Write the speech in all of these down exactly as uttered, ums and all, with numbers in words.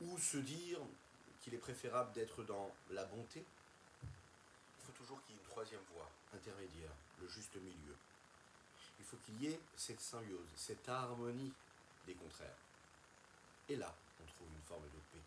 ou se dire qu'il est préférable d'être dans la bonté, il faut toujours qu'il y ait une troisième voie intermédiaire, le juste milieu. Il faut qu'il y ait cette symbiose, cette harmonie des contraires. Et là, on trouve une forme de paix.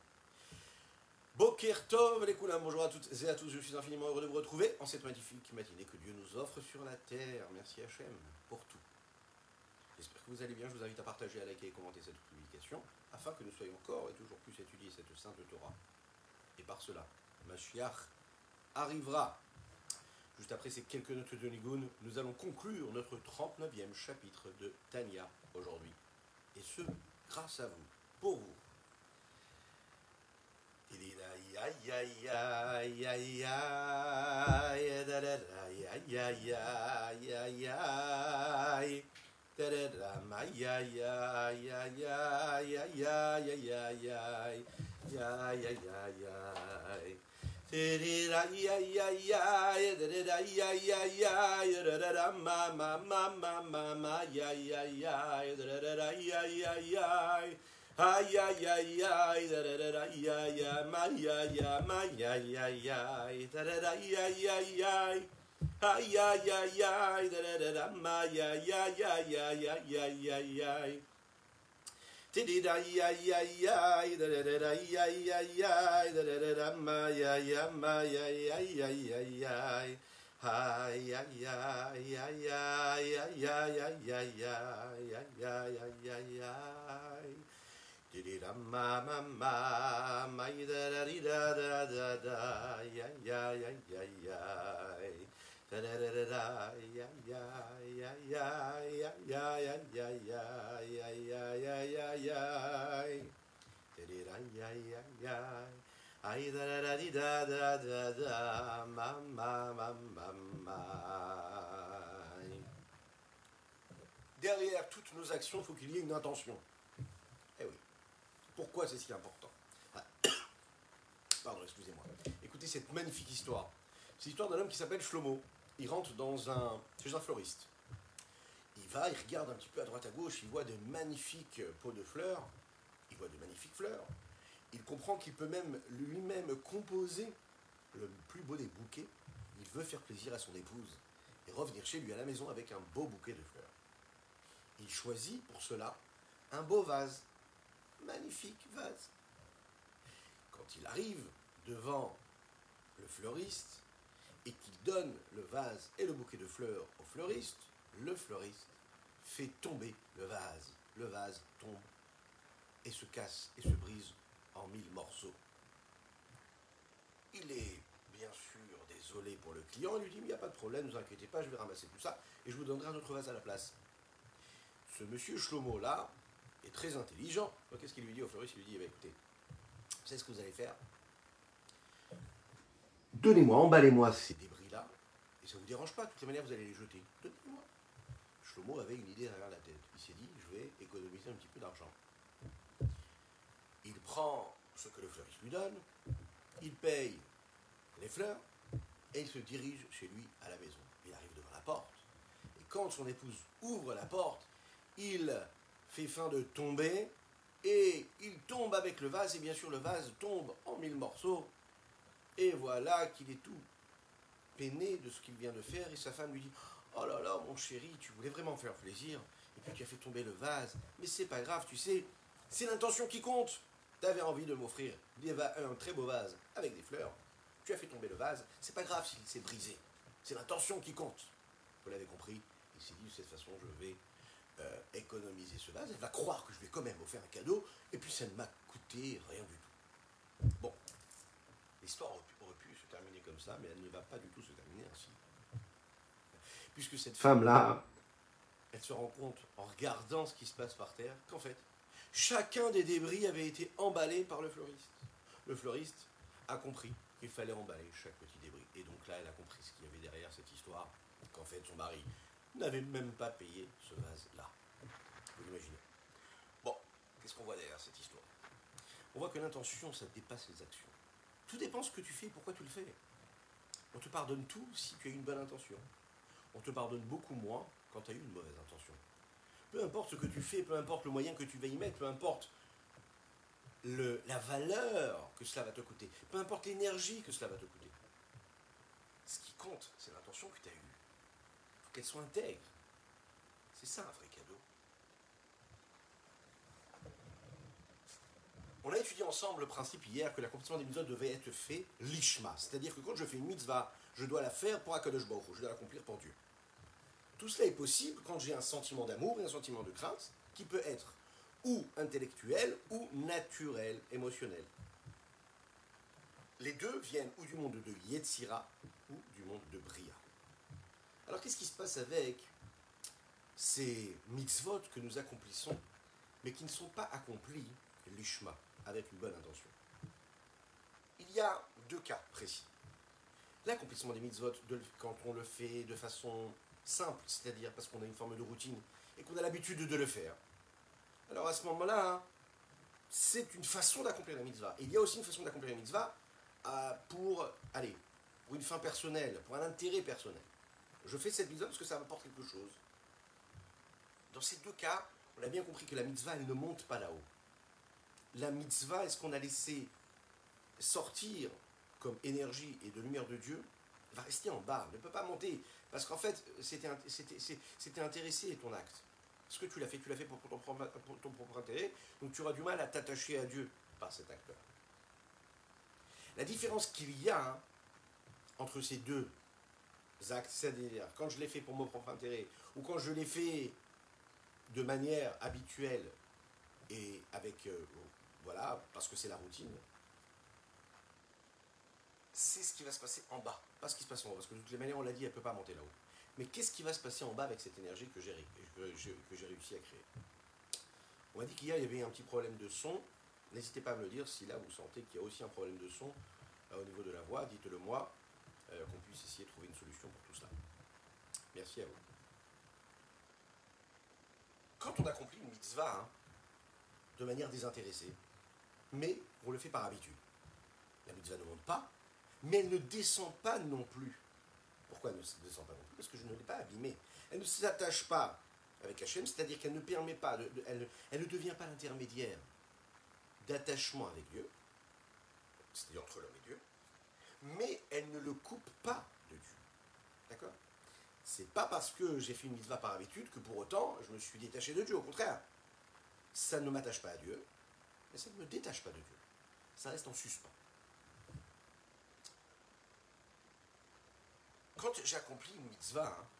Boker Tov, les Koulam, bonjour à toutes et à tous, je suis infiniment heureux de vous retrouver en cette magnifique matinée que Dieu nous offre sur la terre. Merci Hachem pour tout. J'espère que vous allez bien, je vous invite à partager, à liker et commenter cette publication, afin que nous soyons encore et toujours plus étudier cette sainte Torah. Et par cela, Mashiach arrivera. Juste après ces quelques notes de Nigun, nous allons conclure notre trente-neuvième chapitre de Tanya aujourd'hui. Et ce, grâce à vous, pour vous. Ay ay ay ay da da da da ya ya ma ya ya ma ya ya ya da da da ya ya ya ay ay ay ay da da da da ma ya ya ya ya ya ya ya ya ti di da ya ya ya da da da da ya ya ya da da da da ma ya ya ma ya ya ya ya ya ay ay ay ay ay ay ay ay ay ay ay ay Didida ma ma ma ma da da da da da da ya ya ya ya ya da da da da ya ya ya ya ya ya ya ya ya ya ya ya ya didida ya ya ya ay da da da di da da da da ma ma ma ma ma. Derrière toutes nos actions, il faut qu'il y ait une intention. Eh oui. Pourquoi c'est si important? Ah, pardon, excusez-moi. Écoutez cette magnifique histoire. C'est l'histoire d'un homme qui s'appelle Shlomo. Il rentre dans un, chez un fleuriste. Il va, il regarde un petit peu à droite à gauche, il voit de magnifiques pots de fleurs. Il voit de magnifiques fleurs. Il comprend qu'il peut même lui-même composer le plus beau des bouquets. Il veut faire plaisir à son épouse et revenir chez lui à la maison avec un beau bouquet de fleurs. Il choisit pour cela un beau vase. Magnifique vase. Quand il arrive devant le fleuriste et qu'il donne le vase et le bouquet de fleurs au fleuriste, le fleuriste fait tomber le vase. Le vase tombe et se casse et se brise en mille morceaux. Il est bien sûr désolé pour le client. Il lui dit, mais il n'y a pas de problème, ne vous inquiétez pas, je vais ramasser tout ça et je vous donnerai un autre vase à la place. Ce monsieur Shlomo là est très intelligent. Donc qu'est-ce qu'il lui dit au fleuriste? Il lui dit, eh bien, écoutez, vous savez ce que vous allez faire? Donnez-moi, emballez-moi ces débris-là, et ça ne vous dérange pas, de toutes les manières, vous allez les jeter. Donnez-moi. Shlomo avait une idée derrière la tête. Il s'est dit, je vais économiser un petit peu d'argent. Il prend ce que le fleuriste lui donne, il paye les fleurs, et il se dirige chez lui à la maison. Il arrive devant la porte, et quand son épouse ouvre la porte, il fait fin de tomber, et il tombe avec le vase, et bien sûr le vase tombe en mille morceaux, et voilà qu'il est tout peiné de ce qu'il vient de faire, et sa femme lui dit, oh là là mon chéri, tu voulais vraiment faire plaisir, et puis tu as fait tomber le vase, mais c'est pas grave, tu sais, c'est l'intention qui compte, tu avais envie de m'offrir un très beau vase avec des fleurs, tu as fait tomber le vase, c'est pas grave s'il s'est brisé, c'est l'intention qui compte. Vous l'avez compris, il s'est dit, de cette façon je vais Euh, économiser ce vase, elle va croire que je vais quand même offrir un cadeau, et puis ça ne m'a coûté rien du tout. Bon, l'histoire aurait pu, aurait pu se terminer comme ça, mais elle ne va pas du tout se terminer ainsi. Puisque cette femme-là, elle se rend compte, en regardant ce qui se passe par terre, qu'en fait, chacun des débris avait été emballé par le fleuriste. Le fleuriste a compris qu'il fallait emballer chaque petit débris. Et donc là, elle a compris ce qu'il y avait derrière cette histoire, qu'en fait, son mari n'avait même pas payé ce vase-là. Vous l'imaginez. Bon, qu'est-ce qu'on voit derrière cette histoire? On voit que l'intention, ça dépasse les actions. Tout dépend ce que tu fais et pourquoi tu le fais. On te pardonne tout si tu as une bonne intention. On te pardonne beaucoup moins quand tu as eu une mauvaise intention. Peu importe ce que tu fais, peu importe le moyen que tu vas y mettre, peu importe le, la valeur que cela va te coûter, peu importe l'énergie que cela va te coûter. Ce qui compte, c'est l'intention que tu as eue. Il faut qu'elle soit intègre. C'est ça un vrai cadeau. On a étudié ensemble le principe hier que l'accomplissement des mitzvot devait être fait lishma, c'est-à-dire que quand je fais une mitzvah, je dois la faire pour Akadosh Baruch Hu, je dois l'accomplir pour Dieu. Tout cela est possible quand j'ai un sentiment d'amour et un sentiment de crainte qui peut être ou intellectuel ou naturel, émotionnel. Les deux viennent ou du monde de Yetzira ou du monde de Bria. Alors qu'est-ce qui se passe avec ces mitzvot que nous accomplissons, mais qui ne sont pas accomplis lishma, avec une bonne intention? Il y a deux cas précis. L'accomplissement des mitzvot, de, quand on le fait de façon simple, c'est-à-dire parce qu'on a une forme de routine et qu'on a l'habitude de le faire. Alors à ce moment-là, c'est une façon d'accomplir la mitzvah. Et il y a aussi une façon d'accomplir la mitzvah euh, pour, allez, pour une fin personnelle, pour un intérêt personnel. Je fais cette mitzvah parce que ça m'apporte quelque chose. Dans ces deux cas, on a bien compris que la mitzvah, elle ne monte pas là-haut. La mitzvah, est-ce qu'on a laissé sortir comme énergie et de lumière de Dieu, va rester en bas, ne peut pas monter. Parce qu'en fait, c'était, c'était, c'était intéressé ton acte. Ce que tu l'as fait, tu l'as fait pour ton, propre, pour ton propre intérêt, donc tu auras du mal à t'attacher à Dieu par cet acte-là. La différence qu'il y a hein, entre ces deux actes, c'est-à-dire quand je l'ai fait pour mon propre intérêt, ou quand je l'ai fait de manière habituelle, et avec, euh, voilà, parce que c'est la routine, c'est ce qui va se passer en bas, pas ce qui se passe en haut, parce que de toutes les manières, on l'a dit, elle ne peut pas monter là-haut. Mais qu'est-ce qui va se passer en bas avec cette énergie que j'ai, que j'ai, que j'ai réussi à créer? On m'a dit qu'hier, il y avait un petit problème de son. N'hésitez pas à me le dire si là, vous sentez qu'il y a aussi un problème de son euh, au niveau de la voix, dites-le moi, euh, qu'on puisse essayer de trouver une solution pour tout cela. Merci à vous. Quand on accomplit une mitzvah, hein, de manière désintéressée, mais on le fait par habitude, la mitzvah ne monte pas, mais elle ne descend pas non plus. Pourquoi elle ne descend pas non plus? Parce que je ne l'ai pas abîmée. Elle ne s'attache pas avec Hachem, c'est-à-dire qu'elle ne permet pas, de, de, elle, ne, elle ne devient pas l'intermédiaire d'attachement avec Dieu, c'est-à-dire entre l'homme et Dieu, mais elle ne le coupe pas de Dieu. D'accord? C'est pas parce que j'ai fait une mitzvah par habitude que pour autant je me suis détaché de Dieu. Au contraire, ça ne m'attache pas à Dieu, mais ça ne me détache pas de Dieu. Ça reste en suspens. Quand j'accomplis une mitzvah, hein,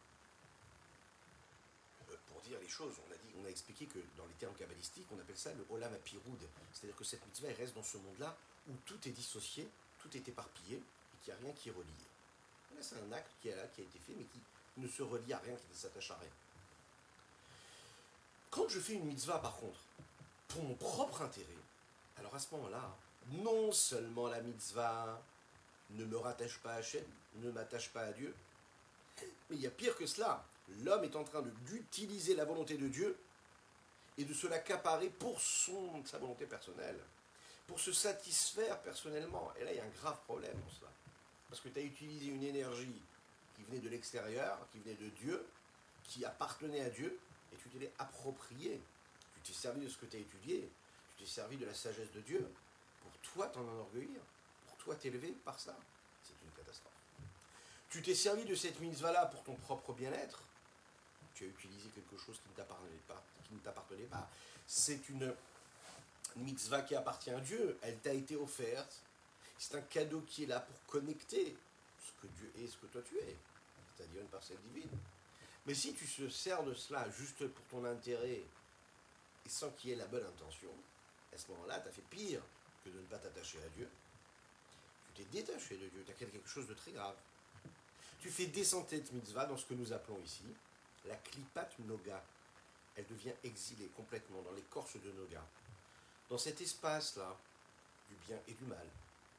pour dire les choses, on a, dit, on a expliqué que dans les termes kabbalistiques, on appelle ça le olam hapiroud. C'est-à-dire que cette mitzvah elle reste dans ce monde-là où tout est dissocié, tout est éparpillé et qu'il n'y a rien qui est relié. Là, c'est un acte qui, est là, qui a été fait, mais qui ne se relie à rien, qui ne s'attache à rien. Quand je fais une mitzvah, par contre, pour mon propre intérêt, alors à ce moment-là, non seulement la mitzvah ne me rattache pas à Hachem, ne m'attache pas à Dieu, mais il y a pire que cela. L'homme est en train de, d'utiliser la volonté de Dieu et de se l'accaparer pour son, sa volonté personnelle, pour se satisfaire personnellement. Et là, il y a un grave problème dans cela. Parce que tu as utilisé une énergie qui venait de l'extérieur, qui venait de Dieu, qui appartenait à Dieu, et tu te l'es approprié. Tu t'es servi de ce que tu as étudié, tu t'es servi de la sagesse de Dieu, pour toi t'en enorgueillir, pour toi t'élever par ça. C'est une catastrophe. Tu t'es servi de cette mitzvah-là pour ton propre bien-être, tu as utilisé quelque chose qui ne t'appartenait pas. Qui ne t'appartenait pas. C'est une mitzvah qui appartient à Dieu, elle t'a été offerte, c'est un cadeau qui est là pour connecter ce que Dieu est et ce que toi tu es, c'est-à-dire une parcelle divine. Mais si tu te sers de cela juste pour ton intérêt et sans qu'il y ait la bonne intention, à ce moment-là, tu as fait pire que de ne pas t'attacher à Dieu. Tu t'es détaché de Dieu, tu as fait quelque chose de très grave. Tu fais descendre cette mitzvah dans ce que nous appelons ici la klipat noga. Elle devient exilée complètement dans l'écorce de noga, dans cet espace-là du bien et du mal.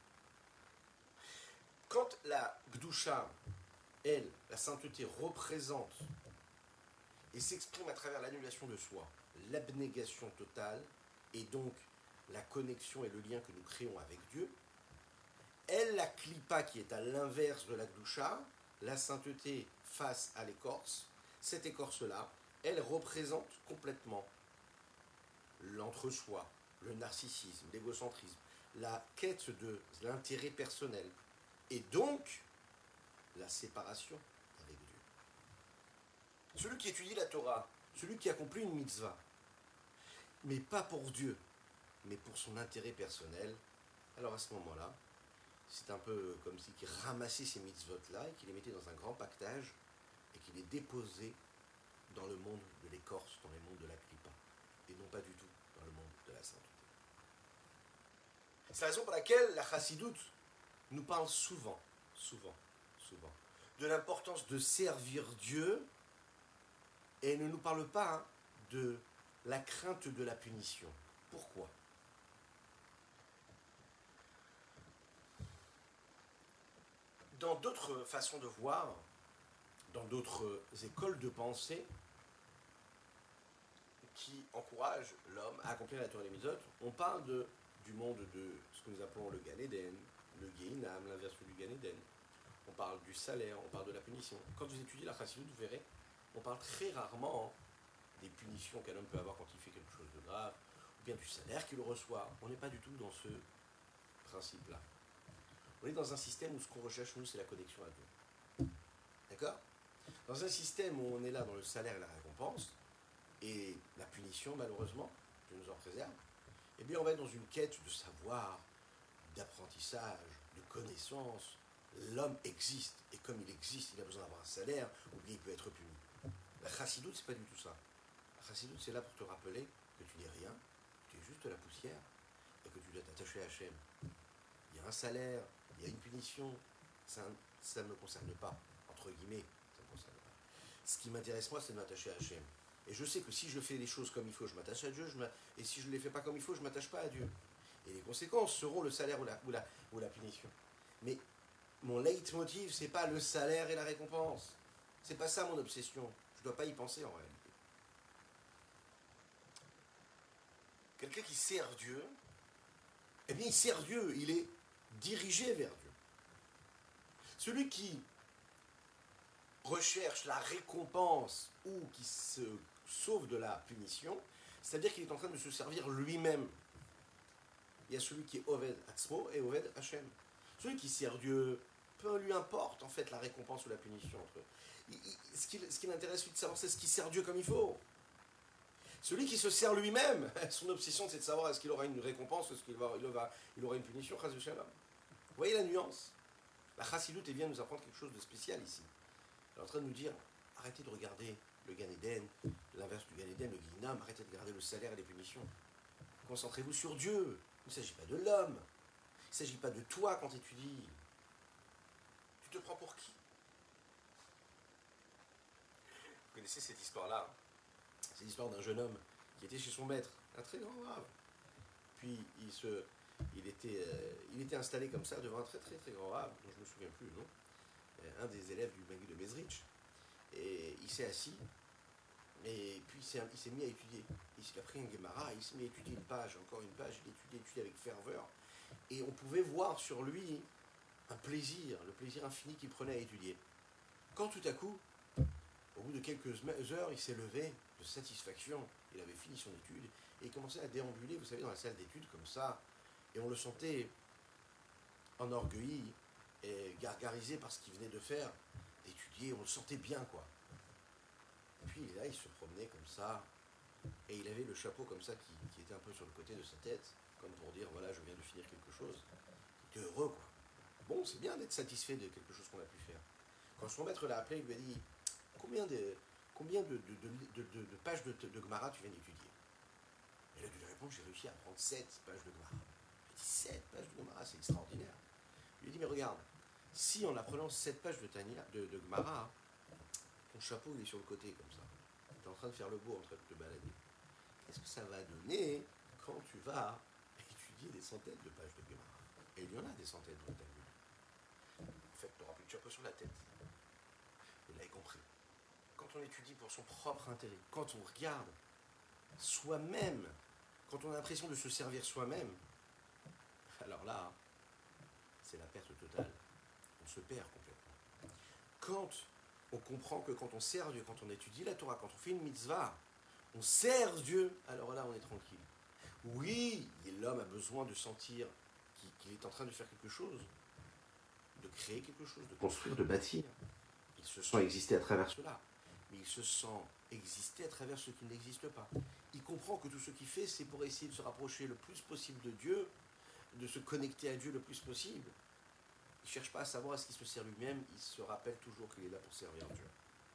Quand la Gdusha, elle, la sainteté, représente et s'exprime à travers l'annulation de soi, l'abnégation totale, et donc la connexion et le lien que nous créons avec Dieu, elle, la klipa qui est à l'inverse de la Gdusha, la sainteté face à l'écorce, cette écorce-là, elle représente complètement l'entre-soi, le narcissisme, l'égocentrisme, la quête de l'intérêt personnel, et donc la séparation avec Dieu. Celui qui étudie la Torah, celui qui accomplit une mitzvah, mais pas pour Dieu, mais pour son intérêt personnel, alors à ce moment-là, c'est un peu comme si il ramassait ces mitzvot-là et qu'il les mettait dans un grand pactage et qu'il les déposait dans le monde de l'écorce, dans le monde de la clipa, et non pas du tout dans le monde de la sainteté. C'est la raison pour laquelle la chassidoute nous parle souvent, souvent, souvent, de l'importance de servir Dieu, et ne nous parle pas hein, de la crainte de la punition. Pourquoi ? Dans d'autres façons de voir, dans d'autres écoles de pensée qui encouragent l'homme à accomplir la Torah des Mitzvot, on parle de, du monde de ce que nous appelons le Gan Eden, le Gehinam, l'inversion du Gan Eden. On parle du salaire, on parle de la punition. Quand vous étudiez la Chassidut, vous verrez, on parle très rarement des punitions qu'un homme peut avoir quand il fait quelque chose de grave, ou bien du salaire qu'il reçoit. On n'est pas du tout dans ce principe-là. On est dans un système où ce qu'on recherche, nous, c'est la connexion à Dieu. D'accord ? Dans un système où on est là dans le salaire et la récompense, et la punition, malheureusement, Dieu nous en préserve, eh bien, on va être dans une quête de savoir, d'apprentissage, de connaissance. L'homme existe, et comme il existe, il a besoin d'avoir un salaire, ou bien il peut être puni. La chassidoute, c'est pas du tout ça. La chassidoute, c'est là pour te rappeler que tu n'es rien, que tu es juste la poussière, et que tu dois t'attacher à Hachem. Il y a un salaire, il y a une punition, ça, ça ne me concerne pas, entre guillemets, ça ne me concerne pas. Ce qui m'intéresse, moi, c'est de m'attacher à Hachem. Et je sais que si je fais les choses comme il faut, je m'attache à Dieu, je et si je ne les fais pas comme il faut, je ne m'attache pas à Dieu. Et les conséquences seront le salaire ou la, ou la, ou la punition. Mais mon leitmotiv, ce n'est pas le salaire et la récompense. Ce n'est pas ça mon obsession. Je ne dois pas y penser en réalité. Quelqu'un qui sert Dieu, eh bien il sert Dieu, il est dirigé vers Dieu. Celui qui recherche la récompense ou qui se sauve de la punition, c'est-à-dire qu'il est en train de se servir lui-même. Il y a celui qui est Oved Atzmo et Oved Hashem. Celui qui sert Dieu, peu lui importe en fait la récompense ou la punition entre eux. Il, il, ce qui, ce qui l'intéresse lui de savoir, c'est ce qui sert Dieu comme il faut. Celui qui se sert lui-même, son obsession c'est de savoir est-ce qu'il aura une récompense ou est-ce qu'il va, il va, il aura une punition. Vous voyez la nuance? La Chassidoute vient nous apprendre quelque chose de spécial ici. Elle est en train de nous dire, arrêtez de regarder le Gan Eden, l'inverse du Gan Eden, le Gehinam, arrêtez de regarder le salaire et les punitions. Concentrez-vous sur Dieu. Il ne s'agit pas de l'homme. Il ne s'agit pas de toi quand tu étudies. Tu te prends pour qui? Vous connaissez cette histoire-là? C'est l'histoire d'un jeune homme qui était chez son maître, un très grand rave. Puis il, se, il, était, euh, il était installé comme ça devant un très très très grand rave, dont je ne me souviens plus le nom, un des élèves du Maguid de Mezrich. Et il s'est assis, et puis il s'est, il s'est mis à étudier. Il a pris une Gemara, il s'est mis à étudier une page, encore une page, il étudiait, étudiait avec ferveur. Et on pouvait voir sur lui un plaisir, le plaisir infini qu'il prenait à étudier. Quand tout à coup, au bout de quelques heures, il s'est levé de satisfaction. Il avait fini son étude et il commençait à déambuler, vous savez, dans la salle d'études comme ça. Et on le sentait enorgueilli et gargarisé par ce qu'il venait de faire, d'étudier. On le sentait bien, quoi. Et puis là, il se promenait comme ça. Et il avait le chapeau comme ça qui, qui était un peu sur le côté de sa tête, comme pour dire, voilà, je viens de finir quelque chose. Il était heureux, quoi. Bon, c'est bien d'être satisfait de quelque chose qu'on a pu faire. Quand son maître l'a appelé, il lui a dit, combien de, combien de, de, de, de, de pages de, de Gemara tu viens d'étudier? Il a dû lui répondre, j'ai réussi à prendre sept pages de Gemara. Il a dit, sept pages de Gemara, c'est extraordinaire. Il lui a dit, mais regarde, si en apprenant sept pages de, Tania, de, de Gemara, ton chapeau il est sur le côté comme ça, tu es en train de faire le beau, en train de te balader, qu'est-ce que ça va donner quand tu vas étudier des centaines de pages de Gemara? Et il y en a des centaines dans le Talmud. En fait, tu n'auras plus de chapeau sur la tête. Vous l'avez compris. Quand on étudie pour son propre intérêt, quand on regarde soi-même, quand on a l'impression de se servir soi-même, alors là, c'est la perte totale. On se perd complètement. Quand on comprend que quand on sert Dieu, quand on étudie la Torah, quand on fait une mitzvah, on sert Dieu, alors là, on est tranquille. Oui, l'homme a besoin de sentir qu'il, qu'il est en train de faire quelque chose, de créer quelque chose, de construire, de bâtir. Il se sent exister à travers cela, mais il se sent exister à travers ce qui n'existe pas. Il comprend que tout ce qu'il fait, c'est pour essayer de se rapprocher le plus possible de Dieu, de se connecter à Dieu le plus possible. Il ne cherche pas à savoir à ce qu'il se sert lui-même, il se rappelle toujours qu'il est là pour servir Dieu.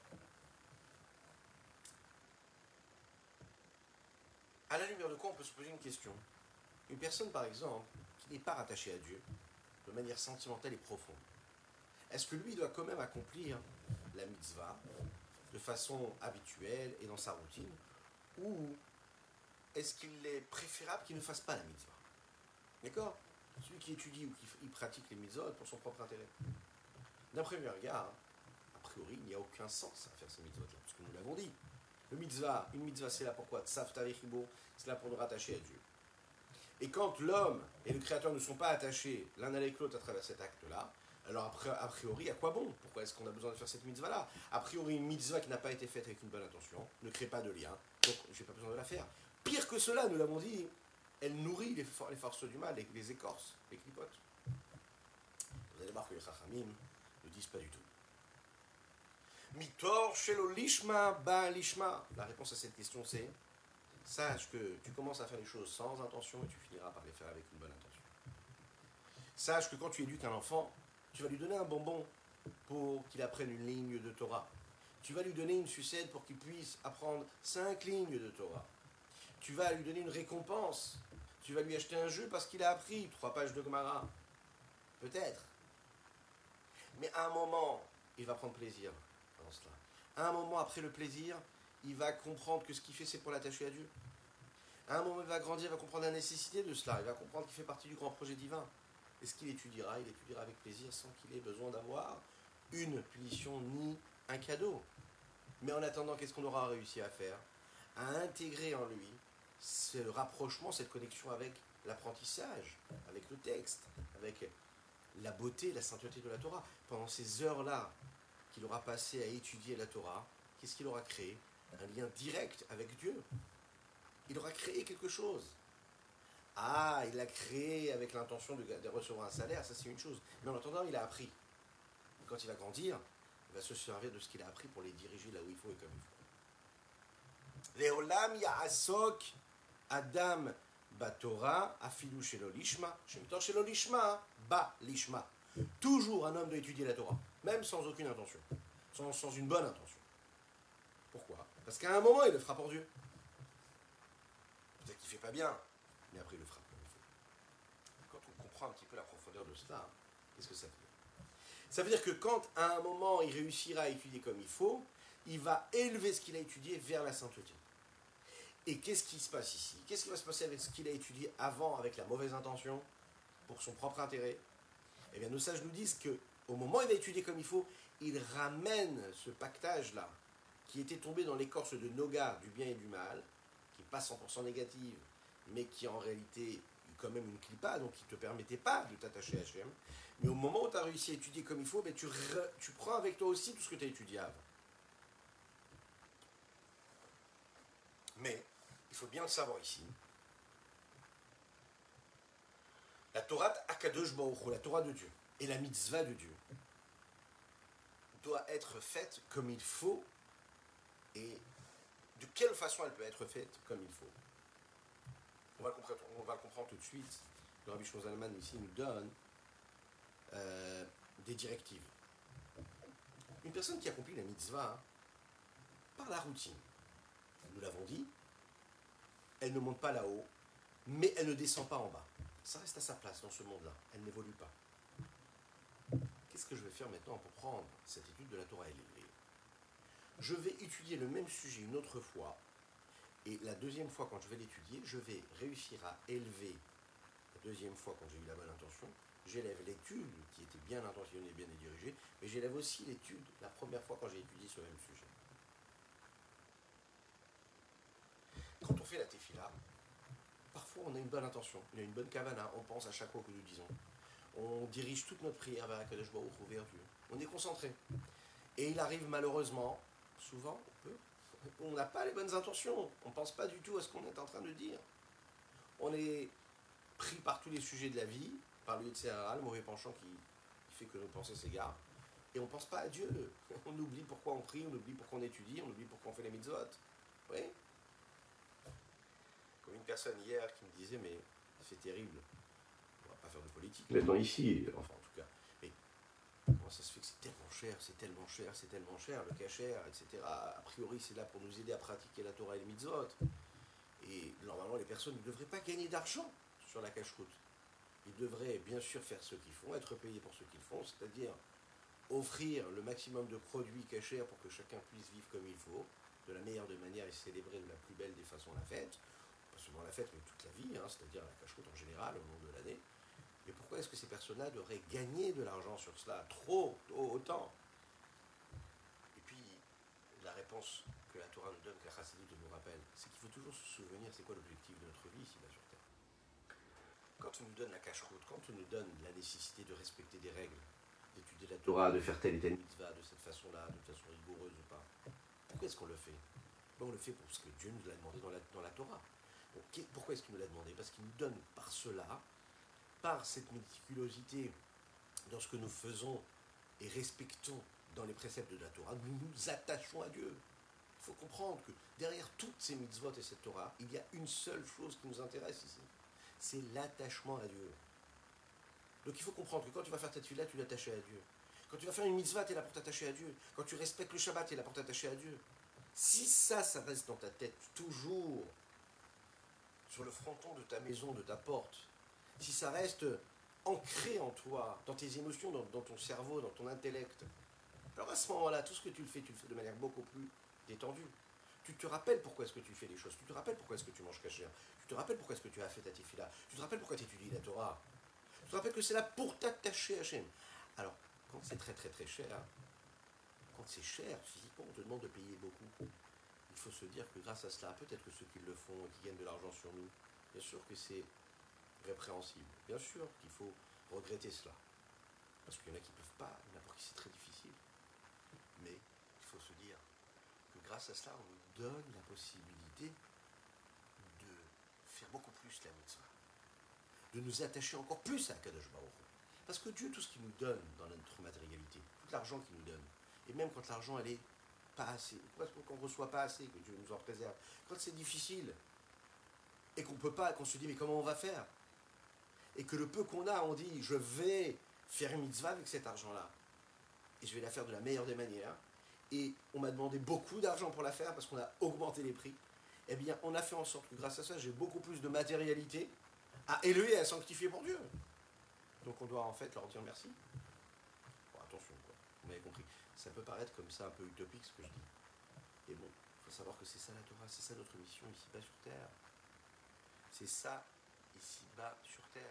À la lumière de quoi on peut se poser une question? Une personne, par exemple, qui n'est pas rattachée à Dieu, de manière sentimentale et profonde, est-ce que lui doit quand même accomplir la mitzvah de façon habituelle et dans sa routine, ou est-ce qu'il est préférable qu'il ne fasse pas la mitzvah? D'accord? Celui qui étudie ou qui pratique les mitzvot pour son propre intérêt. D'un premier regard, a priori, il n'y a aucun sens à faire ces mitzvot-là, parce que nous l'avons dit. Le mitzvah, une mitzvah, c'est là pour quoi? Tsav Tavich Hibo, c'est là pour nous rattacher à Dieu. Et quand l'homme et le Créateur ne sont pas attachés l'un avec l'autre à travers cet acte-là, alors a priori, à quoi bon? Pourquoi est-ce qu'on a besoin de faire cette mitzvah-là? A priori, une mitzvah qui n'a pas été faite avec une bonne intention ne crée pas de lien, donc je n'ai pas besoin de la faire. Pire que cela, nous l'avons dit, elle nourrit les, for- les forces du mal, les, les écorces, les clipotes. Vous allez voir que les chachamim ne disent pas du tout. Mitor shelo lishma ba lishma. La réponse à cette question c'est: sache que tu commences à faire les choses sans intention et tu finiras par les faire avec une bonne intention. Sache que quand tu éduques un enfant, tu vas lui donner un bonbon pour qu'il apprenne une ligne de Torah. Tu vas lui donner une sucette pour qu'il puisse apprendre cinq lignes de Torah. Tu vas lui donner une récompense. Tu vas lui acheter un jeu parce qu'il a appris trois pages de Gemara. Peut-être. Mais à un moment, il va prendre plaisir dans cela. À un moment, après le plaisir, il va comprendre que ce qu'il fait, c'est pour l'attacher à Dieu. À un moment, il va grandir, il va comprendre la nécessité de cela. Il va comprendre qu'il fait partie du grand projet divin. Et ce qu'il étudiera, il étudiera avec plaisir sans qu'il ait besoin d'avoir une punition ni un cadeau. Mais en attendant, qu'est-ce qu'on aura réussi à faire? À intégrer en lui ce rapprochement, cette connexion avec l'apprentissage, avec le texte, avec la beauté, la sainteté de la Torah. Pendant ces heures-là qu'il aura passé à étudier la Torah, qu'est-ce qu'il aura créé? Un lien direct avec Dieu. Il aura créé quelque chose. Ah, il l'a créé avec l'intention de, de recevoir un salaire, ça c'est une chose. Mais en attendant, il a appris. Quand il va grandir, il va se servir de ce qu'il a appris pour les diriger là où il faut et comme il faut. Leolam ya'asok Adam batora afilu shelo lishma, shemitor shelo lishma, ba lishma. Toujours un homme doit étudier la Torah, même sans aucune intention, sans, sans une bonne intention. Pourquoi? Parce qu'à un moment, il le fera pour Dieu. Peut-être qu'il ne fait pas bien, mais après, il le fera comme il faut. Quand on comprend un petit peu la profondeur de cela, qu'est-ce que ça veut dire? Ça veut dire que quand, à un moment, il réussira à étudier comme il faut, il va élever ce qu'il a étudié vers la sainteté. Et qu'est-ce qui se passe ici? Qu'est-ce qui va se passer avec ce qu'il a étudié avant, avec la mauvaise intention, pour son propre intérêt? Eh bien, nos sages nous disent qu'au moment où il va étudier comme il faut, il ramène ce pactage-là, qui était tombé dans l'écorce de Noga, du bien et du mal, qui n'est pas cent pour cent négative, mais qui en réalité est quand même une clipa, donc qui ne te permettait pas de t'attacher à Hachem. Mais au moment où tu as réussi à étudier comme il faut, ben tu, re, tu prends avec toi aussi tout ce que tu as étudié avant. Mais, il faut bien le savoir ici, la Torah Akadosh Baruch Hu, la Torah de Dieu, et la mitzvah de Dieu, doit être faite comme il faut. Et de quelle façon elle peut être faite comme il faut? On va le comprendre, on va le comprendre tout de suite. Le Rabbi Shlomo Zalman ici nous donne euh, des directives. Une personne qui accomplit la mitzvah hein, par la routine, nous l'avons dit, elle ne monte pas là-haut, mais elle ne descend pas en bas. Ça reste à sa place dans ce monde-là, elle n'évolue pas. Qu'est-ce que je vais faire maintenant pour prendre cette étude de la Torah élevée? Je vais étudier le même sujet une autre fois, et la deuxième fois quand je vais l'étudier, je vais réussir à élever, la deuxième fois quand j'ai eu la bonne intention, j'élève l'étude qui était bien intentionnée, bien dirigée, mais j'élève aussi l'étude la première fois quand j'ai étudié ce même sujet. Quand on fait la tefila, parfois on a une bonne intention, on a une bonne kavana, on pense à chaque fois que nous disons. On dirige toute notre prière vers Akadosh Baruch Hu, vers Dieu. On est concentré. Et il arrive malheureusement, souvent, on peut, on n'a pas les bonnes intentions. On ne pense pas du tout à ce qu'on est en train de dire. on est pris par tous les sujets de la vie, par le Yetzer Hara, le mauvais penchant qui, qui fait que nos pensées s'égarent, et on ne pense pas à Dieu. On oublie pourquoi on prie, on oublie pourquoi on étudie, on oublie pourquoi on fait les mitzvot. Oui. Comme une personne hier qui me disait, mais c'est terrible, on ne va pas faire de politique maintenant ici, enfin en tout cas, mais comment ça se fait que c'est tellement cher, c'est tellement cher, c'est tellement cher, le kasher, et cetera. A priori, c'est là pour nous aider à pratiquer la Torah et les mitzvot. Et normalement, les personnes ne devraient pas gagner d'argent sur la cache-route. Ils devraient bien sûr faire ce qu'ils font, être payés pour ce qu'ils font, c'est-à-dire offrir le maximum de produits cachers pour que chacun puisse vivre comme il faut, de la meilleure des manières et célébrer de la plus belle des façons la fête, pas seulement la fête, mais toute la vie, hein, c'est-à-dire la cache-route en général, au long de l'année. Mais pourquoi est-ce que ces personnes-là devraient gagner de l'argent sur cela, trop, tôt, autant? Et puis, la réponse que la Torah nous donne, que la Chassidut nous rappelle, c'est qu'il faut toujours se souvenir c'est quoi l'objectif de notre vie ici-bas sur Terre. Quand on nous donne la cache-route, quand on nous donne la nécessité de respecter des règles, d'étudier la Torah, de faire telle et telle mitzvah de cette façon-là, de façon rigoureuse ou pas, pourquoi est-ce qu'on le fait? Ben, on le fait pour ce que Dieu nous l'a demandé dans la, dans la Torah. Donc, pourquoi est-ce qu'il nous l'a demandé? Parce qu'il nous donne par cela, par cette méticulosité dans ce que nous faisons et respectons dans les préceptes de la Torah, nous nous attachons à Dieu. Il faut comprendre que derrière toutes ces mitzvot et cette Torah, il y a une seule chose qui nous intéresse ici. C'est l'attachement à Dieu. Donc il faut comprendre que quand tu vas faire ta tefila, tu es attaché à Dieu. Quand tu vas faire une mitzvah, tu es là pour t'attacher à Dieu. Quand tu respectes le Shabbat, tu es là pour t'attacher à Dieu. Si ça, ça reste dans ta tête toujours, sur le fronton de ta maison, de ta porte, si ça reste ancré en toi, dans tes émotions, dans, dans ton cerveau, dans ton intellect, alors à ce moment-là, tout ce que tu le fais, tu le fais de manière beaucoup plus détendue. Tu te rappelles pourquoi est-ce que tu fais les choses. Tu te rappelles pourquoi est-ce que tu manges kasher. Tu te rappelles pourquoi est-ce que tu as fait ta tefila. Tu te rappelles pourquoi tu étudies la Torah. Tu te rappelles que c'est là pour t'attacher à Hachem. Alors, quand c'est très très très cher, quand c'est cher, physiquement, on te demande de payer beaucoup. Il faut se dire que grâce à cela, peut-être que ceux qui le font et qui gagnent de l'argent sur nous, bien sûr que c'est répréhensible. Bien sûr qu'il faut regretter cela. Parce qu'il y en a qui ne peuvent pas, il y en a pour qui c'est très difficile. Mais il faut se dire que grâce à cela, on nous donne la possibilité de faire beaucoup plus la mitzvah. De nous attacher encore plus à Kadosh Baruch Hu. Parce que Dieu, tout ce qu'il nous donne dans notre matérialité, tout l'argent qu'il nous donne, et même quand l'argent, elle est pas assez, qu'on ne reçoit pas assez, que Dieu nous en préserve, quand c'est difficile, et qu'on peut pas, qu'on se dit, mais comment on va faire? Et que le peu qu'on a, on dit, je vais faire une mitzvah avec cet argent-là, et je vais la faire de la meilleure des manières, et on m'a demandé beaucoup d'argent pour la faire, parce qu'on a augmenté les prix, eh bien, on a fait en sorte que grâce à ça, j'ai beaucoup plus de matérialité à élever et à sanctifier pour Dieu. Donc on doit en fait leur dire merci. Bon, attention, quoi. Vous m'avez compris. Ça peut paraître comme ça un peu utopique ce que je dis. Et bon, il faut savoir que c'est ça la Torah, c'est ça notre mission ici-bas sur Terre. C'est ça ici-bas sur Terre.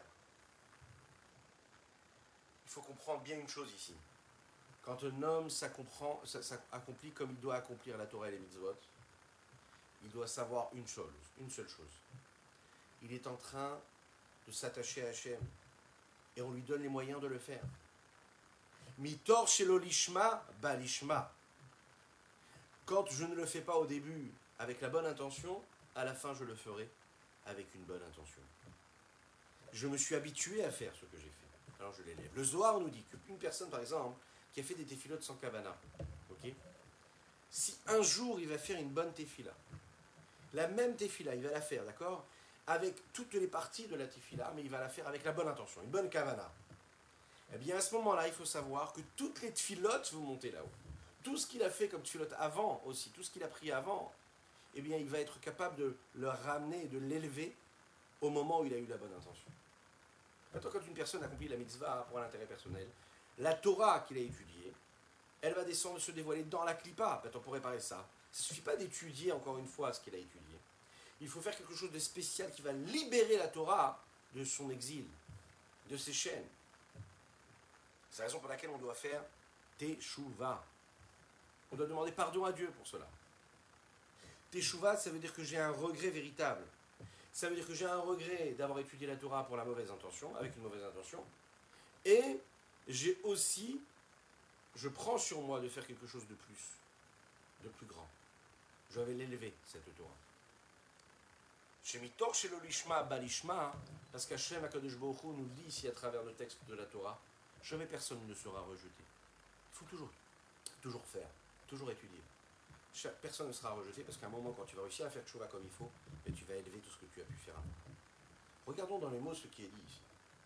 Il faut comprendre bien une chose ici. Quand un homme s'accomplit comme il doit accomplir la Torah et les mitzvot, il doit savoir une chose, une seule chose. Il est en train de s'attacher à Hachem. Et on lui donne les moyens de le faire. Mitor shelo lishma, ba lishma. Quand je ne le fais pas au début avec la bonne intention, à la fin je le ferai avec une bonne intention. Je me suis habitué à faire ce que j'ai fait. Alors je l'élève. Le Zohar nous dit qu'une personne, par exemple, qui a fait des téfilotes sans kavana, ok, si un jour il va faire une bonne téfila, la même téfila, il va la faire, d'accord, avec toutes les parties de la tefila, mais il va la faire avec la bonne intention, une bonne kavana. Eh bien, à ce moment-là, il faut savoir que toutes les tefilotes vont monter là-haut. Tout ce qu'il a fait comme tefilot avant aussi, tout ce qu'il a pris avant, eh bien, il va être capable de le ramener et de l'élever au moment où il a eu la bonne intention. Maintenant, quand une personne accomplit la mitzvah pour l'intérêt personnel, la Torah qu'il a étudiée, elle va descendre, se dévoiler dans la clipa. Peut-être on pourrait parler de ça. Ça ne suffit pas d'étudier encore une fois ce qu'il a étudié. Il faut faire quelque chose de spécial qui va libérer la Torah de son exil, de ses chaînes. C'est la raison pour laquelle on doit faire Teshuvah. On doit demander pardon à Dieu pour cela. Teshuvah, ça veut dire que j'ai un regret véritable. Ça veut dire que j'ai un regret d'avoir étudié la Torah pour la mauvaise intention, avec une mauvaise intention. Et j'ai aussi, je prends sur moi de faire quelque chose de plus, de plus grand. Je vais l'élever, cette Torah. Shemitor shelo lishma balishma, parce qu'Hachem Akadosh Baruch Hu nous le dit ici à travers le texte de la Torah, jamais personne ne sera rejeté. Il faut toujours, toujours faire, toujours étudier. Chaque personne ne sera rejetée parce qu'à un moment, quand tu vas réussir à faire tchouva comme il faut, et tu vas élever tout ce que tu as pu faire avant. Regardons dans les mots ce qui est dit ici.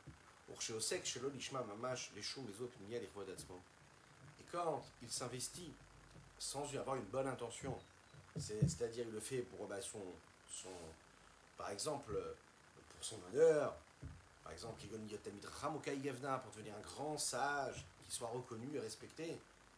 Et quand il s'investit sans avoir une bonne intention, c'est-à-dire il le fait pour bah, son, son, par exemple, pour son honneur, par exemple, pour devenir un grand sage, qui soit reconnu et respecté,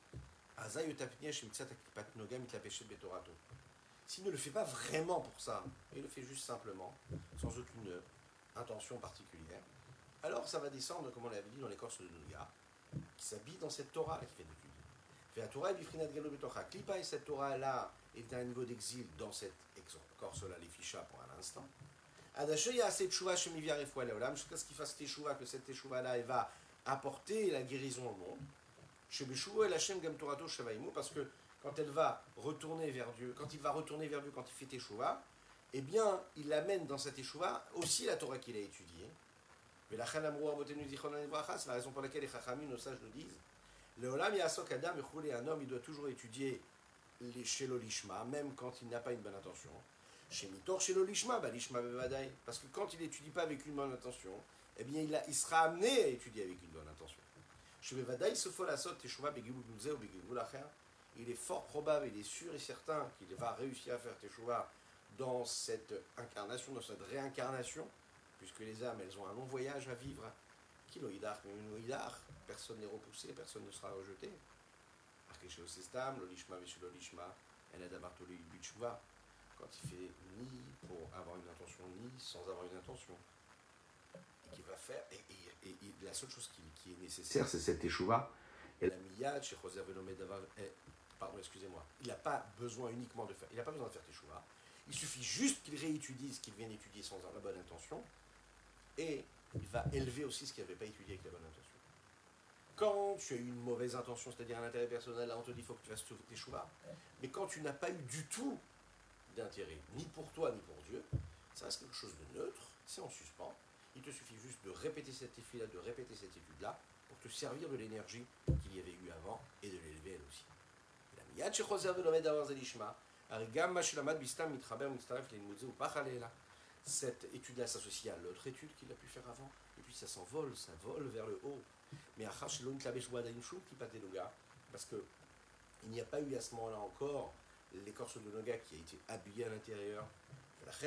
s'il ne le fait pas vraiment pour ça, et il le fait juste simplement, sans aucune intention particulière, alors ça va descendre, comme on l'avait dit, dans l'écorce de Noga, qui s'habille dans cette Torah qui fait d'études. La Torah est Klipa, et cette Torah-là est à un niveau d'exil dans cette écorce-là, les fichas pour un instant. Jusqu'à ce qu'il fasse teshuva, que cette teshuva-là va apporter la guérison au monde. Parce que quand elle va retourner vers Dieu, quand il va retourner vers Dieu, quand il fait teshuva, eh bien, il amène dans cette teshuva aussi la Torah qu'il a étudiée. C'est la raison pour laquelle les Chachamim, nos sages, nous disent Leolam Yasok Adam, un homme, il doit toujours étudier les Shelo Lishma, même quand il n'a pas une bonne intention. Chez Mitor Shelo Lishma, bah Lishma Bevadai. Parce que quand il n'étudie pas avec une bonne intention, eh bien, il, a, il sera amené à étudier avec une bonne intention. Chez Bevadai, ce faut la sotte, Teshuva, Begilul Gulze ou Begilul Acher. Il est fort probable, il est sûr et certain qu'il va réussir à faire Teshuva dans cette incarnation, dans cette réincarnation, puisque les âmes, elles ont un long voyage à vivre. Kiloïdar, Miminoïdar, personne n'est repoussé, personne ne sera rejeté. Arkesheo Sestam, Lolishma, Veshelo Lishma, Enadamartoli Bichuva, quand il fait ni pour avoir une intention, ni sans avoir une intention. Et qui va faire, et, et, et, et la seule chose qui, qui est nécessaire, c'est cette teshuva. Et la miyad, chez José Venomé Davar, pardon, excusez-moi, il n'a pas besoin uniquement de faire, il n'a pas besoin de faire teshuva. Il suffit juste qu'il réétudie ce qu'il vient d'étudier sans la bonne intention, et il va élever aussi ce qu'il n'avait pas étudié avec la bonne intention. Quand tu as eu une mauvaise intention, c'est-à-dire un intérêt personnel, là on te dit qu'il faut que tu fasses teshuva, mais quand tu n'as pas eu du tout d'intérêt, ni pour toi, ni pour Dieu, ça reste quelque chose de neutre, c'est en suspens. Il te suffit juste de répéter cette étude-là, de répéter cette étude-là, pour te servir de l'énergie qu'il y avait eu avant, et de l'élever elle aussi. Cette étude-là s'associe à l'autre étude qu'il a pu faire avant, et puis ça s'envole, ça vole vers le haut. Mais parce qu'il n'y a pas eu à ce moment-là encore l'écorce de Noga qui a été habillée à l'intérieur. C'est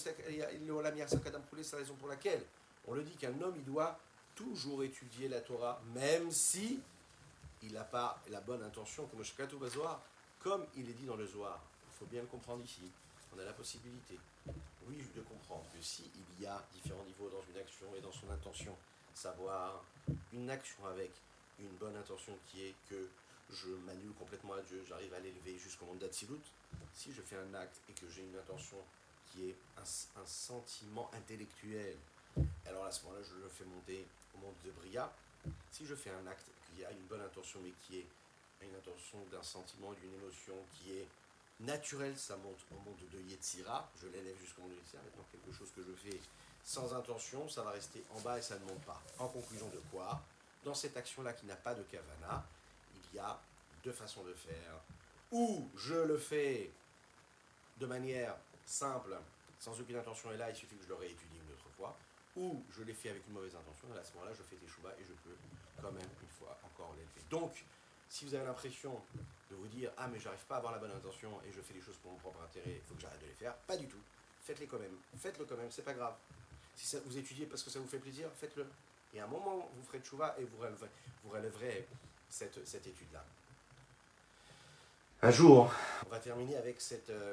la raison pour laquelle on le dit qu'un homme il doit toujours étudier la Torah, même si il n'a pas la bonne intention, comme il est dit dans le Zohar. Il faut bien le comprendre ici. On a la possibilité, oui, de comprendre que s'il y a différents niveaux dans une action et dans son intention, savoir une action avec une bonne intention qui est que je m'annule complètement à Dieu, j'arrive à l'élever jusqu'au monde d'Atsilut. Si je fais un acte et que j'ai une intention qui est un, un sentiment intellectuel, alors à ce moment-là, je le fais monter au monde de Bria. Si je fais un acte qui a une bonne intention, mais qui est une intention d'un sentiment, d'une émotion qui est naturelle, ça monte au monde de Yetzira, je l'élève jusqu'au monde de Yetzira. Maintenant, quelque chose que je fais sans intention, ça va rester en bas et ça ne monte pas. En conclusion de quoi, dans cette action-là qui n'a pas de kavana, il y a deux façons de faire. Ou je le fais de manière simple, sans aucune intention, et là il suffit que je le réétudie une autre fois, ou je l'ai fait avec une mauvaise intention, et à ce moment-là je fais teshuva et je peux quand même une fois encore l'élever. Donc, si vous avez l'impression de vous dire « Ah mais j'arrive pas à avoir la bonne intention et je fais les choses pour mon propre intérêt, il faut que j'arrête de les faire », pas du tout. Faites-les quand même, faites-le quand même, c'est pas grave. Si ça, vous étudiez parce que ça vous fait plaisir, faites-le. Et à un moment, vous ferez teshuva et vous relèverez, vous relèverez cette, cette étude-là. Un jour, on va terminer avec cette, euh,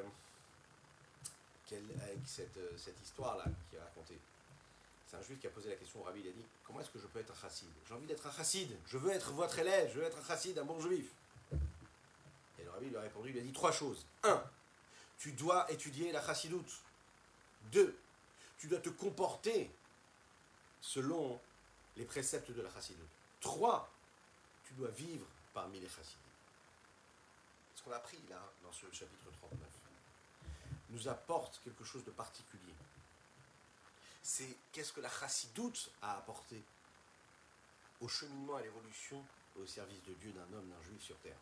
avec cette, euh, cette histoire-là qui est racontée. C'est un juif qui a posé la question au rabbi, il a dit « Comment est-ce que je peux être un chassid ? J'ai envie d'être un chassid, je veux être votre élève, je veux être un chassid, un bon juif. » Et le rabbi lui a répondu, il lui a dit trois choses. Un, tu dois étudier la chassidoute. Deux, tu dois te comporter selon les préceptes de la chassidoute. Trois, tu dois vivre parmi les chassidim. Ce qu'on a appris là, dans ce chapitre trente-neuf. nous apporte quelque chose de particulier. C'est qu'est-ce que la chassidoute a apporté au cheminement, à l'évolution, au service de Dieu, d'un homme, d'un juif sur terre.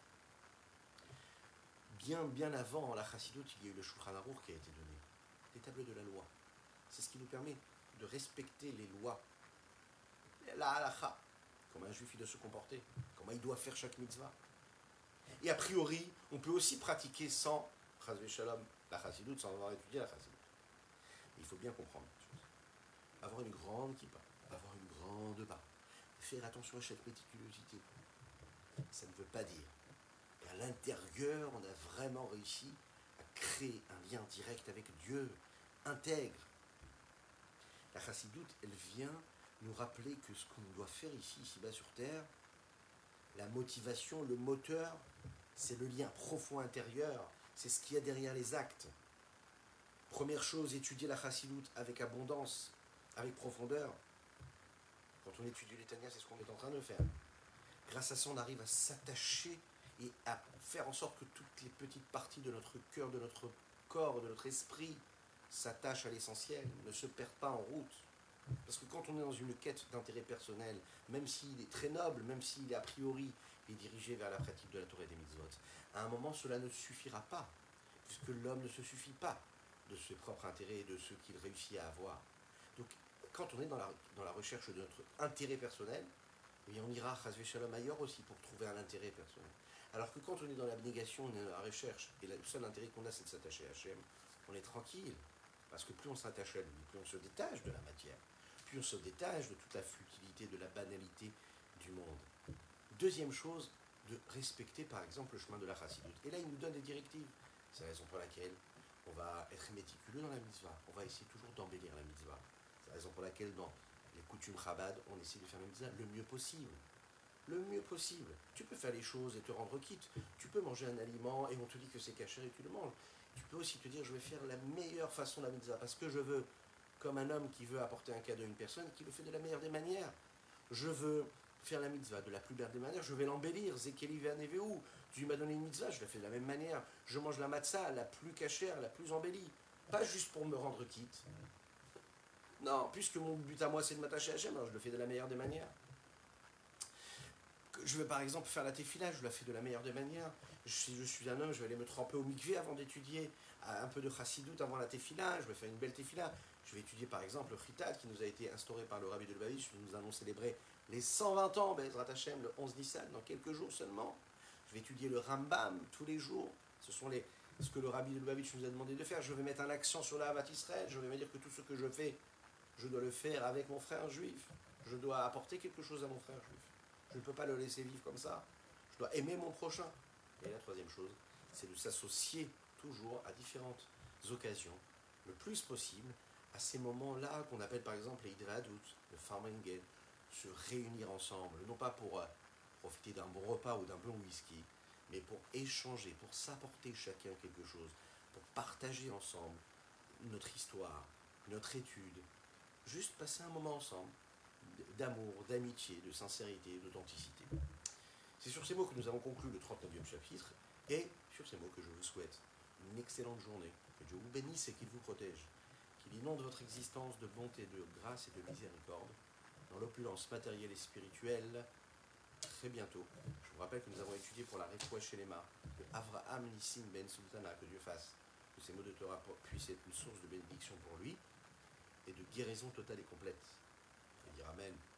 Bien, bien avant la chassidoute, il y a eu le Shulchan Aruch qui a été donné, les tables de la loi. C'est ce qui nous permet de respecter les lois, la halacha, comment un juif il doit se comporter, comment il doit faire chaque mitzvah. Et a priori, on peut aussi pratiquer sans chas v'shalom la chassidoute, sans avoir étudié la chassidoute. Il faut bien comprendre une chose. Avoir une grande kippa, avoir une grande barbe, faire attention à chaque méticulosité, ça ne veut pas dire. Et à l'intérieur, on a vraiment réussi à créer un lien direct avec Dieu, intègre. La chassidoute, elle vient nous rappeler que ce qu'on doit faire ici, ici-bas sur terre, la motivation, le moteur, c'est le lien profond intérieur, c'est ce qu'il y a derrière les actes. Première chose, étudier la chassidoute avec abondance, avec profondeur. Quand on étudie les Tanya, c'est ce qu'on est en train de faire. Grâce à ça, on arrive à s'attacher et à faire en sorte que toutes les petites parties de notre cœur, de notre corps, de notre esprit s'attachent à l'essentiel, ne se perdent pas en route. Parce que quand on est dans une quête d'intérêt personnel, même s'il est très noble, même s'il est a priori est dirigé vers la pratique de la Torah et des mitzvot, à un moment cela ne suffira pas, puisque l'homme ne se suffit pas de ses propres intérêts et de ce qu'il réussit à avoir. Donc quand on est dans la, dans la recherche de notre intérêt personnel, et on ira chas v'shalom ailleurs aussi pour trouver un intérêt personnel. Alors que quand on est dans l'abnégation, on est dans la recherche, et le seul intérêt qu'on a c'est de s'attacher à Hachem, on est tranquille. Parce que plus on s'attache à lui, plus on se détache de la matière, plus on se détache de toute la futilité, de la banalité du monde. Deuxième chose, de respecter par exemple le chemin de la chassidoute. Et là, il nous donne des directives. C'est la raison pour laquelle on va être méticuleux dans la mitzvah. On va essayer toujours d'embellir la mitzvah. C'est la raison pour laquelle dans les coutumes Chabad, on essaie de faire la mitzvah le mieux possible. Le mieux possible. Tu peux faire les choses et te rendre quitte. Tu peux manger un aliment et on te dit que c'est caché et tu le manges. Tu peux aussi te dire, je vais faire la meilleure façon de la mitzvah, parce que je veux, comme un homme qui veut apporter un cadeau à une personne, qui le fait de la meilleure des manières. Je veux faire la mitzvah de la plus belle des manières, je vais l'embellir. Zekeli ve'aneveu, tu m'as donné une mitzvah, je la fais de la même manière. Je mange la matzah, la plus cachère, la plus embellie. Pas juste pour me rendre quitte. Non, puisque mon but à moi c'est de m'attacher à Hachem, alors je le fais de la meilleure des manières. Je veux par exemple faire la tefila, je la fais de la meilleure des manières. Si je suis un homme, je vais aller me tremper au mikvé avant d'étudier un peu de chassidoute avant la tefila, je vais faire une belle tefila. Je vais étudier par exemple le chitat qui nous a été instauré par le rabbi de Lubavitch, nous allons célébrer les cent vingt ans, Bezrat Hashem, le onze Nissan, dans quelques jours seulement. Je vais étudier le Rambam tous les jours. Ce sont les, ce que le rabbi de Lubavitch nous a demandé de faire. Je vais mettre un accent sur la Havat Israël, je vais me dire que tout ce que je fais, je dois le faire avec mon frère juif. Je dois apporter quelque chose à mon frère juif. Je ne peux pas le laisser vivre comme ça. Je dois aimer mon prochain. Et la troisième chose, c'est de s'associer toujours à différentes occasions, le plus possible, à ces moments-là qu'on appelle par exemple les Idvadout, le Farmingen, se réunir ensemble, non pas pour euh, profiter d'un bon repas ou d'un bon whisky, mais pour échanger, pour s'apporter chacun quelque chose, pour partager ensemble notre histoire, notre étude, juste passer un moment ensemble, d'amour, d'amitié, de sincérité, d'authenticité. C'est sur ces mots que nous avons conclu le trente-neuvième chapitre, et sur ces mots que je vous souhaite une excellente journée, que Dieu vous bénisse et qu'il vous protège, qu'il inonde votre existence de bonté, de grâce et de miséricorde, dans l'opulence matérielle et spirituelle, très bientôt. Je vous rappelle que nous avons étudié pour la Refoua Shelema de Avraham Nissim Ben Sultana, que Dieu fasse que ces mots de Torah puissent être une source de bénédiction pour lui, et de guérison totale et complète. Et dire Amen.